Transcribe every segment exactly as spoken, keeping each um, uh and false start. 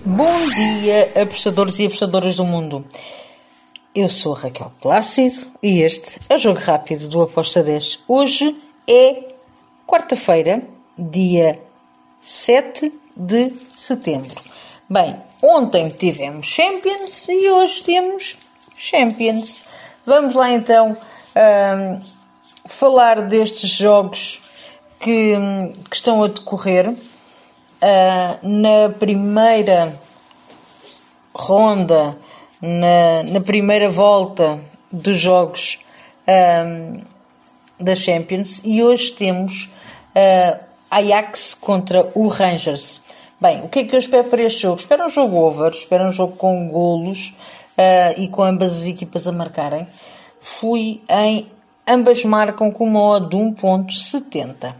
Bom dia, apostadores e apostadoras do mundo. Eu sou a Raquel Plácido e este é o Jogo Rápido do Aposta dez. Hoje é quarta-feira, dia sete de setembro. Bem, ontem tivemos Champions e hoje temos Champions. Vamos lá então um, falar destes jogos que, que estão a decorrer. Uh, na primeira ronda, na, na primeira volta dos jogos um, da Champions, e hoje temos uh, Ajax contra o Rangers. Bem, o que é que eu espero para este jogo? Espero um jogo over, espero um jogo com golos uh, e com ambas as equipas a marcarem. Fui em ambas marcam com uma odd de um ponto setenta.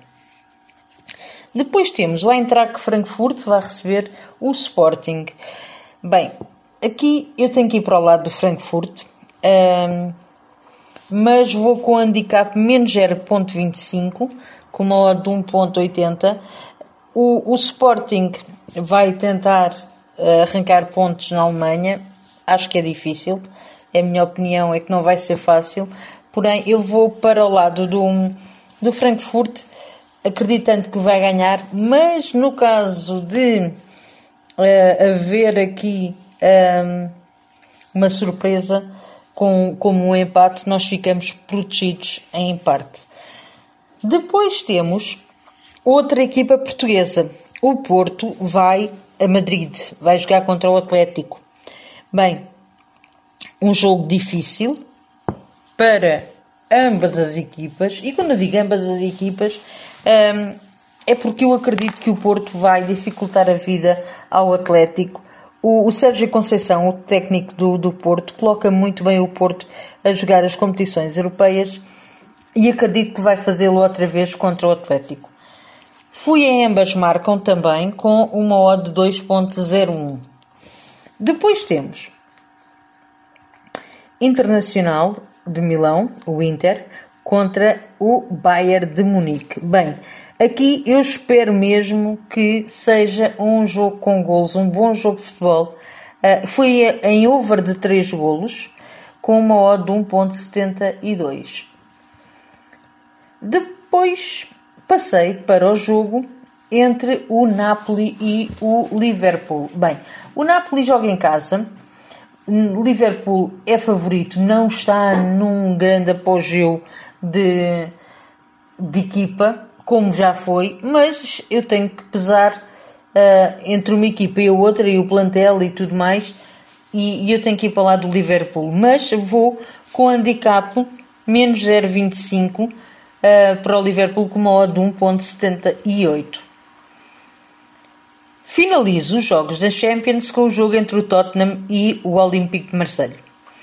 Depois temos o Eintracht Frankfurt, vai receber o Sporting. Bem, aqui eu tenho que ir para o lado do Frankfurt, um, mas vou com o handicap menos zero ponto vinte e cinco, com uma odd de um ponto oitenta. O, o Sporting vai tentar uh, arrancar pontos na Alemanha. Acho que é difícil. A minha opinião é que não vai ser fácil. Porém, eu vou para o lado do, do Frankfurt, acreditando que vai ganhar, mas no caso de uh, haver aqui um, uma surpresa com, como um empate, nós ficamos protegidos em parte. Depois temos outra equipa portuguesa. O Porto vai a Madrid, vai jogar contra o Atlético. Bem, um jogo difícil para ambas as equipas, e quando eu digo ambas as equipas, Um, é porque eu acredito que o Porto vai dificultar a vida ao Atlético. O, o Sérgio Conceição, o técnico do, do Porto, coloca muito bem o Porto a jogar as competições europeias e acredito que vai fazê-lo outra vez contra o Atlético. Fui em ambas marcam também com uma odd de dois ponto zero um. Depois temos Internacional de Milão, o Inter, contra o Bayern de Munique. Bem, aqui eu espero mesmo que seja um jogo com golos, um bom jogo de futebol. Uh, foi em over de três golos, com uma odd de um ponto setenta e dois. Depois passei para o jogo entre o Napoli e o Liverpool. Bem, o Napoli joga em casa. Liverpool é favorito, não está num grande apogeu de, de equipa, como já foi, mas eu tenho que pesar uh, entre uma equipa e a outra, e o plantel e tudo mais, e, e eu tenho que ir para lá do Liverpool, mas vou com handicap menos zero ponto vinte e cinco uh, para o Liverpool com uma odd de um ponto setenta e oito. Finalizo os jogos da Champions com o jogo entre o Tottenham e o Olympique de Marseille.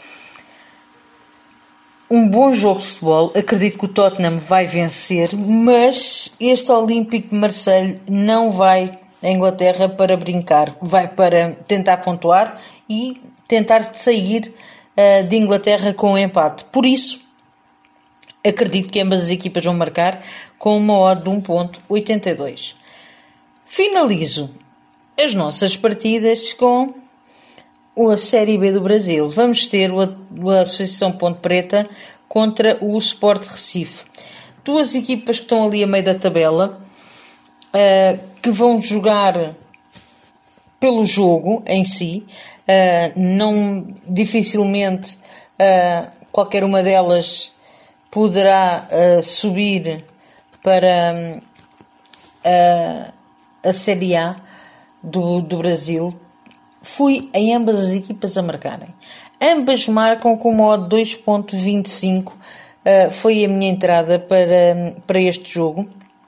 Um bom jogo de futebol, acredito que o Tottenham vai vencer, mas este Olympique de Marseille não vai à Inglaterra para brincar, vai para tentar pontuar e tentar sair uh, de Inglaterra com um empate. Por isso, acredito que ambas as equipas vão marcar com uma odd de um ponto oitenta e dois. Finalizo as nossas partidas com a Série B do Brasil. Vamos ter a Associação Ponte Preta contra o Sport Recife. Duas equipas que estão ali a meio da tabela, uh, que vão jogar pelo jogo em si. Uh, não, dificilmente uh, qualquer uma delas poderá uh, subir para uh, a Série A do, do Brasil. Fui em ambas as equipas a marcarem. Ambas marcam com uma odd dois ponto vinte e cinco. Uh, foi a minha entrada para, para este jogo.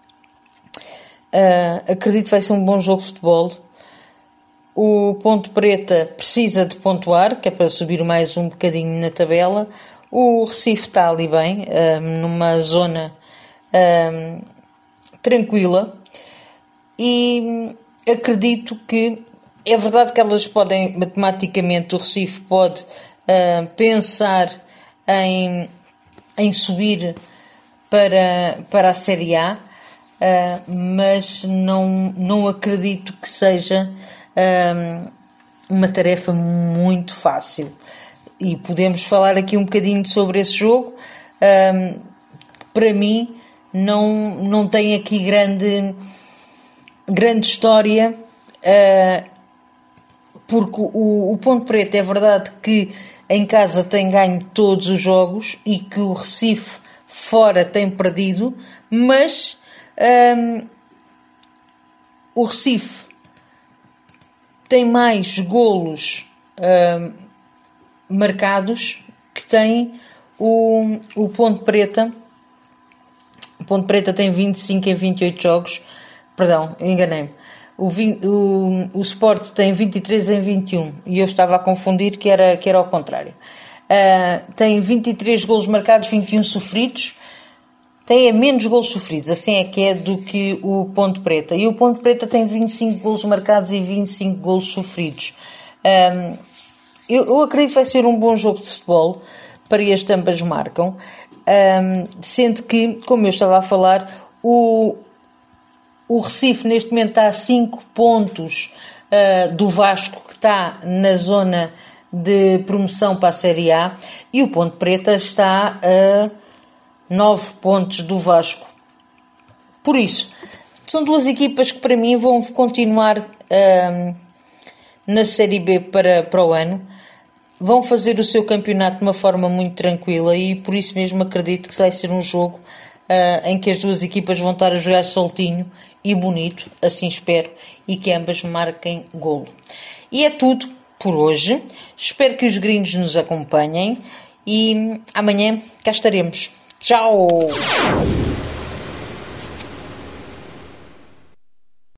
Uh, acredito que vai ser um bom jogo de futebol. O Ponte Preta precisa de pontuar, que é para subir mais um bocadinho na tabela. O Recife está ali bem, uh, numa zona uh, tranquila. E acredito que é verdade que elas podem, matematicamente, o Recife pode uh, pensar em, em subir para, para a Série A, uh, mas não, não acredito que seja uh, uma tarefa muito fácil. E podemos falar aqui um bocadinho sobre esse jogo. Um, para mim, não, não tem aqui grande, grande história, uh, porque o, o Ponte Preta é verdade que em casa tem ganho todos os jogos e que o Recife fora tem perdido, mas um, o Recife tem mais golos um, marcados que tem o, o Ponte Preta. O Ponte Preta tem vinte e cinco em vinte e oito jogos, perdão, enganei-me. O, o, o Sport tem vinte e três em vinte e um e eu estava a confundir que era, que era ao contrário. Uh, tem vinte e três golos marcados, vinte e um sofridos. Tem a menos golos sofridos, assim é que é, do que o Ponte Preta. E o Ponte Preta tem vinte e cinco golos marcados e vinte e cinco golos sofridos. Um, eu, eu acredito que vai ser um bom jogo de futebol para este ambas marcam. Um, sendo que, como eu estava a falar, o O Recife neste momento está a cinco pontos uh, do Vasco, que está na zona de promoção para a Série A, e o Ponte Preta está a nove pontos do Vasco. Por isso, são duas equipas que para mim vão continuar uh, na Série B para, para o ano. Vão fazer o seu campeonato de uma forma muito tranquila e por isso mesmo acredito que vai ser um jogo uh, em que as duas equipas vão estar a jogar soltinho e bonito, assim espero, e que ambas marquem golo. E é tudo por hoje. Espero que os gringos nos acompanhem e amanhã cá estaremos. Tchau!